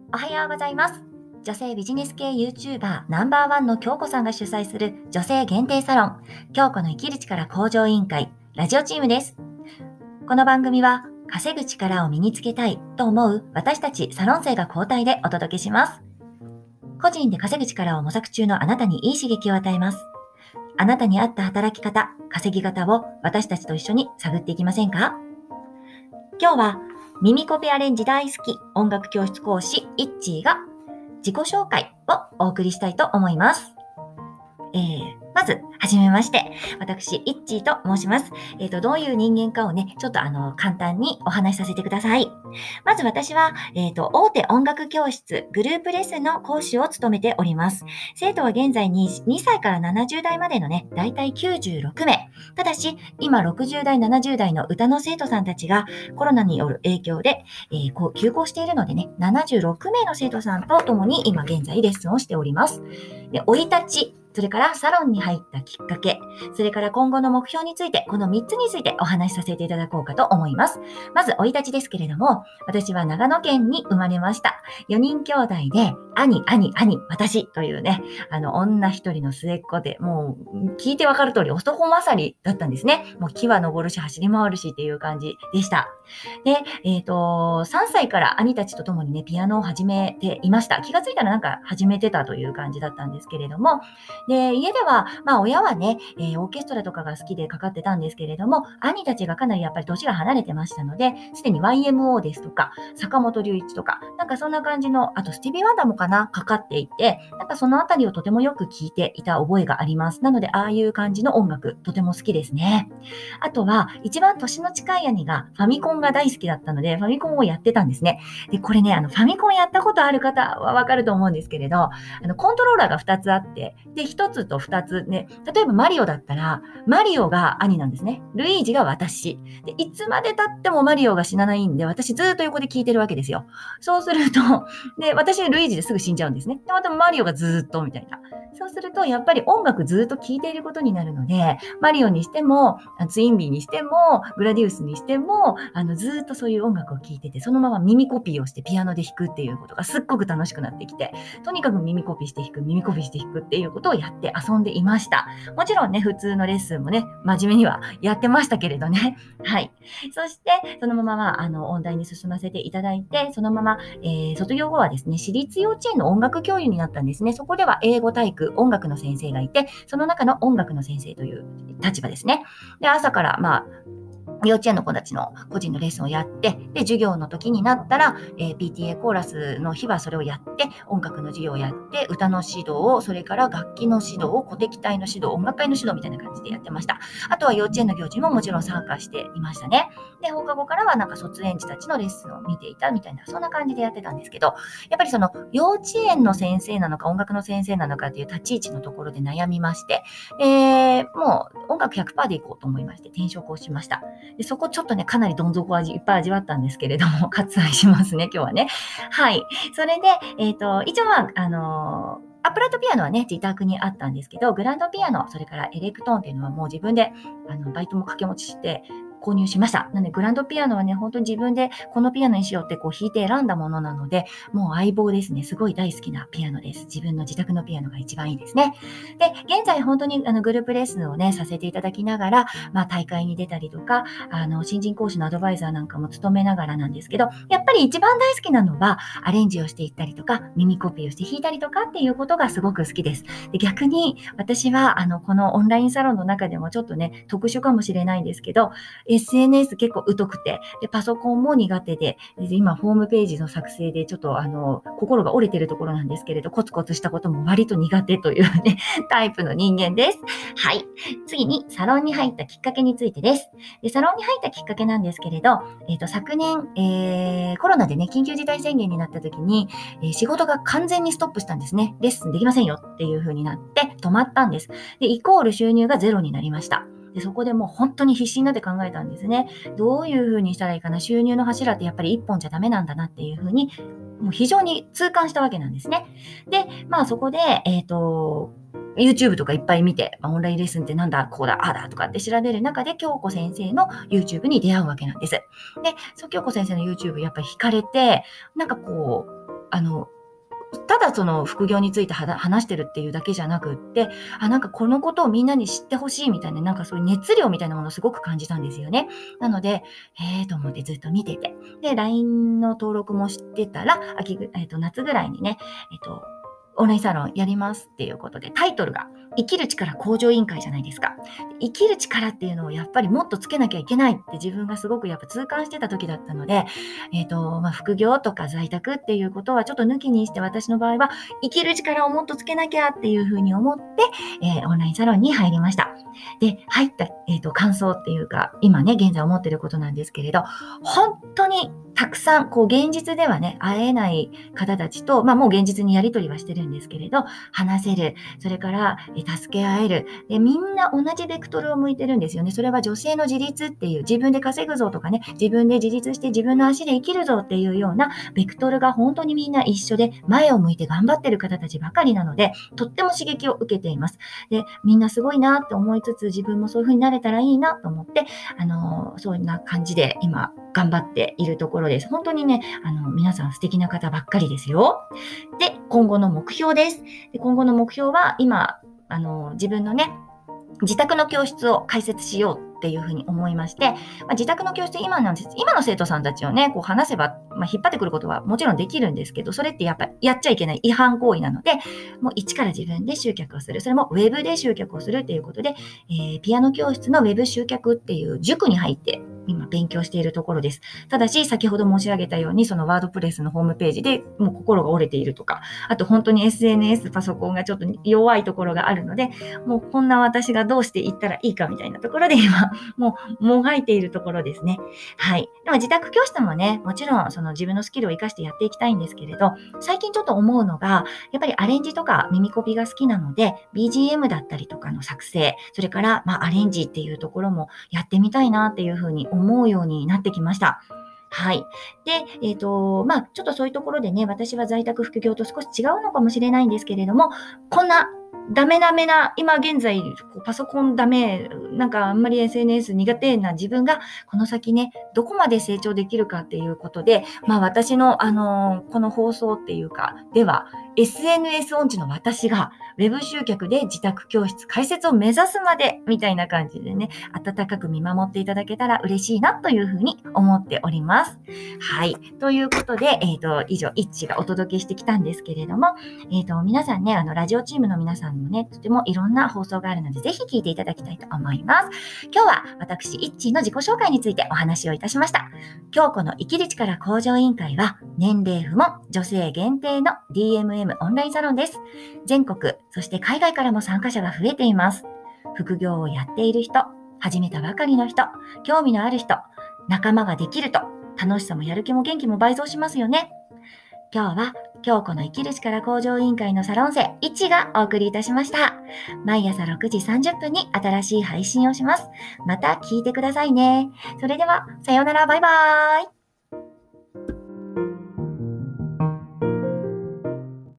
おはようございます。女性ビジネス系 YouTuber ナンバーワンの京子さんが主催する女性限定サロン、京子の生きる力向上委員会、ラジオチームです。この番組は、稼ぐ力を身につけたいと思う私たちサロン生が交代でお届けします。個人で稼ぐ力を模索中のあなたにいい刺激を与えます。あなたに合った働き方、稼ぎ方を私たちと一緒に探っていきませんか？今日は耳コピアレンジ大好き音楽教室講師イッチーが自己紹介をお送りしたいと思います。まず、はじめまして。私、イッチーと申します。どういう人間かをね、ちょっと簡単にお話しさせてください。まず私は、大手音楽教室、グループレッスンの講師を務めております。生徒は現在に2歳から70代までのね、だいたい96名。ただし、今60代、70代の歌の生徒さんたちがコロナによる影響で、休校しているのでね、76名の生徒さんと共に今現在レッスンをしております。で、生い立ち、それからサロンに入ったきっかけ、それから今後の目標について、この3つについてお話しさせていただこうかと思います。まず、生い立ちですけれども、私は長野県に生まれました。4人兄弟で、兄、私というね、女一人の末っ子で、もう、聞いてわかる通り、男勝りだったんですね。もう木は登るし、走り回るしっていう感じでした。で、3歳から兄たちと共にね、ピアノを始めていました。気がついたらなんか始めてたという感じだったんですけれども、で、家では、親はね、オーケストラとかが好きでかかってたんですけれども、兄たちがかなりやっぱり年が離れてましたので、すでに YMO ですとか、坂本龍一とか、なんかそんな感じの、あとスティービー・ワンダーもかな、かかっていて、なんかそのあたりをとてもよく聴いていた覚えがあります。なので、ああいう感じの音楽、とても好きですね。あとは、一番年の近い兄がファミコンが大好きだったので、ファミコンをやってたんですね。で、これね、ファミコンやったことある方はわかると思うんですけれど、コントローラーが2つあって、で、1つと2つね、例えばマリオだったら、マリオが兄なんですね。ルイージが私。で、いつまで経ってもマリオが死なないんで、私ずっと横で聞いてるわけですよ。そうすると、で、私ルイージですぐ死んじゃうんですね。で、またマリオがずっとみたいな。そうすると、やっぱり音楽ずっと聴いていることになるので、マリオにしても、ツインビーにしても、グラディウスにしても、ずっとそういう音楽を聴いてて、そのまま耳コピーをしてピアノで弾くっていうことがすっごく楽しくなってきて、とにかく耳コピーして弾く、耳コピーして弾くっていうことをやって遊んでいました。もちろんね、普通のレッスンもね、真面目にはやってましたけれどね。はい。そして、そのまま、音大に進ませていただいて、そのまま、卒業後はですね、私立幼稚園の音楽教諭になったんですね。そこでは英語、体育、音楽の先生がいて、その中の音楽の先生という立場ですね。で、朝から、幼稚園の子たちの個人のレッスンをやって、で、授業の時になったら、PTA コーラスの日はそれをやって、音楽の授業をやって、歌の指導を、それから楽器の指導を、鼓笛隊の指導、音楽会の指導みたいな感じでやってました。あとは幼稚園の行事ももちろん参加していましたね。で、放課後からはなんか卒園児たちのレッスンを見ていたみたいな、そんな感じでやってたんですけど、やっぱりその幼稚園の先生なのか音楽の先生なのかっていう立ち位置のところで悩みまして、もう音楽 100% でいこうと思いまして転職をしました。でそこちょっとね、かなりどん底をいっぱい味わったんですけれども、割愛しますね、今日はね。はい。それで、一応アップライトピアノはね、自宅にあったんですけど、グランドピアノ、それからエレクトーンっていうのはもう自分で、バイトも掛け持ちして購入しました。なので、グランドピアノはね、本当に自分でこのピアノにしようってこう弾いて選んだものなので、もう相棒ですね。すごい大好きなピアノです。自分の自宅のピアノが一番いいですね。で、現在本当にグループレッスンをね、させていただきながら、大会に出たりとか、新人講師のアドバイザーなんかも務めながらなんですけど、やっぱり一番大好きなのは、アレンジをしていったりとか、耳コピーをして弾いたりとかっていうことがすごく好きです。で、逆に、私は、このオンラインサロンの中でもちょっとね、特殊かもしれないんですけど、SNS 結構疎くて、で、パソコンも苦手で、今、ホームページの作成でちょっと心が折れてるところなんですけれど、コツコツしたことも割と苦手というね、タイプの人間です。はい。次に、サロンに入ったきっかけについてです。で、サロンに入ったきっかけなんですけれど、昨年、コロナでね、緊急事態宣言になった時に、仕事が完全にストップしたんですね。レッスンできませんよっていう風になって止まったんです。で、イコール収入がゼロになりました。で、そこでもう本当に必死になって考えたんですね。どういう風にしたらいいかな。収入の柱ってやっぱり一本じゃダメなんだなっていう風に、もう非常に痛感したわけなんですね。で、そこで、YouTube とかいっぱい見て、オンラインレッスンってなんだ、こうだ、ああだとかって調べる中で、京子先生の YouTube に出会うわけなんです。で、京子先生の YouTube やっぱり惹かれて、なんかこう、 ただその副業について話してるっていうだけじゃなくって、なんかこのことをみんなに知ってほしいみたいな、なんかそういう熱量みたいなものをすごく感じたんですよね。なので、と思ってずっと見てて。で、LINE の登録もしてたら、夏ぐらいにね、オンラインサロンやりますっていうことで、タイトルが生きる力向上委員会じゃないですか。生きる力っていうのをやっぱりもっとつけなきゃいけないって自分がすごくやっぱ痛感してた時だったので、副業とか在宅っていうことはちょっと抜きにして、私の場合は生きる力をもっとつけなきゃっていうふうに思って、オンラインサロンに入りました。で、入った、感想っていうか、今ね、現在思っていることなんですけれど、本当にたくさん、現実ではね、会えない方たちと、もう現実にやり取りはしてるんですけれど、話せる。それから、助け合える。で、みんな同じベクトルを向いてるんですよね。それは女性の自立っていう、自分で稼ぐぞとかね、自分で自立して自分の足で生きるぞっていうようなベクトルが本当にみんな一緒で、前を向いて頑張ってる方たちばかりなので、とっても刺激を受けています。で、みんなすごいなって思いつつ、自分もそういう風になれたらいいなと思って、そんな感じで今、頑張っているところです。本当にね、皆さん素敵な方ばっかりですよ。で、今後の目標です。で、今後の目標は、今、自分のね、自宅の教室を開設しようっていうふうに思いまして、自宅の教室今なんです。今の生徒さんたちをね、話せば、引っ張ってくることはもちろんできるんですけど、それってやっぱりやっちゃいけない違反行為なので、もう一から自分で集客をする。それもウェブで集客をするっていうことで、ピアノ教室のウェブ集客っていう塾に入って今勉強しているところです。ただし、先ほど申し上げたように、そのワードプレスのホームページでもう心が折れているとか、あと本当に SNS、パソコンがちょっと弱いところがあるので、もうこんな私がどうしていったらいいかみたいなところで今、もうもがいているところですね。はい。でも自宅教室もね、もちろんその自分のスキルを活かしてやっていきたいんですけれど、最近ちょっと思うのが、やっぱりアレンジとか耳コピが好きなので、BGM だったりとかの作成、それからアレンジっていうところもやってみたいなっていうふうに思うようになってきました。はい。で、ちょっとそういうところでね、私は在宅副業と少し違うのかもしれないんですけれども、こんなダメな、今現在、パソコンダメ、なんかあんまり SNS 苦手な自分が、この先ね、どこまで成長できるかっていうことで、私の、この放送っていうか、では、SNS 音痴の私が、ウェブ集客で自宅教室開設を目指すまで、みたいな感じでね、温かく見守っていただけたら嬉しいなというふうに思っております。はい。ということで、以上、イッチがお届けしてきたんですけれども、皆さんね、ラジオチームの皆さんもね、とてもいろんな放送があるので、ぜひ聞いていただきたいと思います。今日は私、イッチの自己紹介についてお話をいたしました。京子の生きる力向上委員会は、年齢不問、女性限定の DMM オンラインサロンです。全国、そして海外からも参加者が増えています。副業をやっている人、始めたばかりの人、興味のある人、仲間ができると、楽しさもやる気も元気も倍増しますよね。今日は京子の生きる力向上委員会のサロン生1がお送りいたしました。毎朝6時30分に新しい配信をします。また聞いてくださいね。それではさようなら、バイバーイ。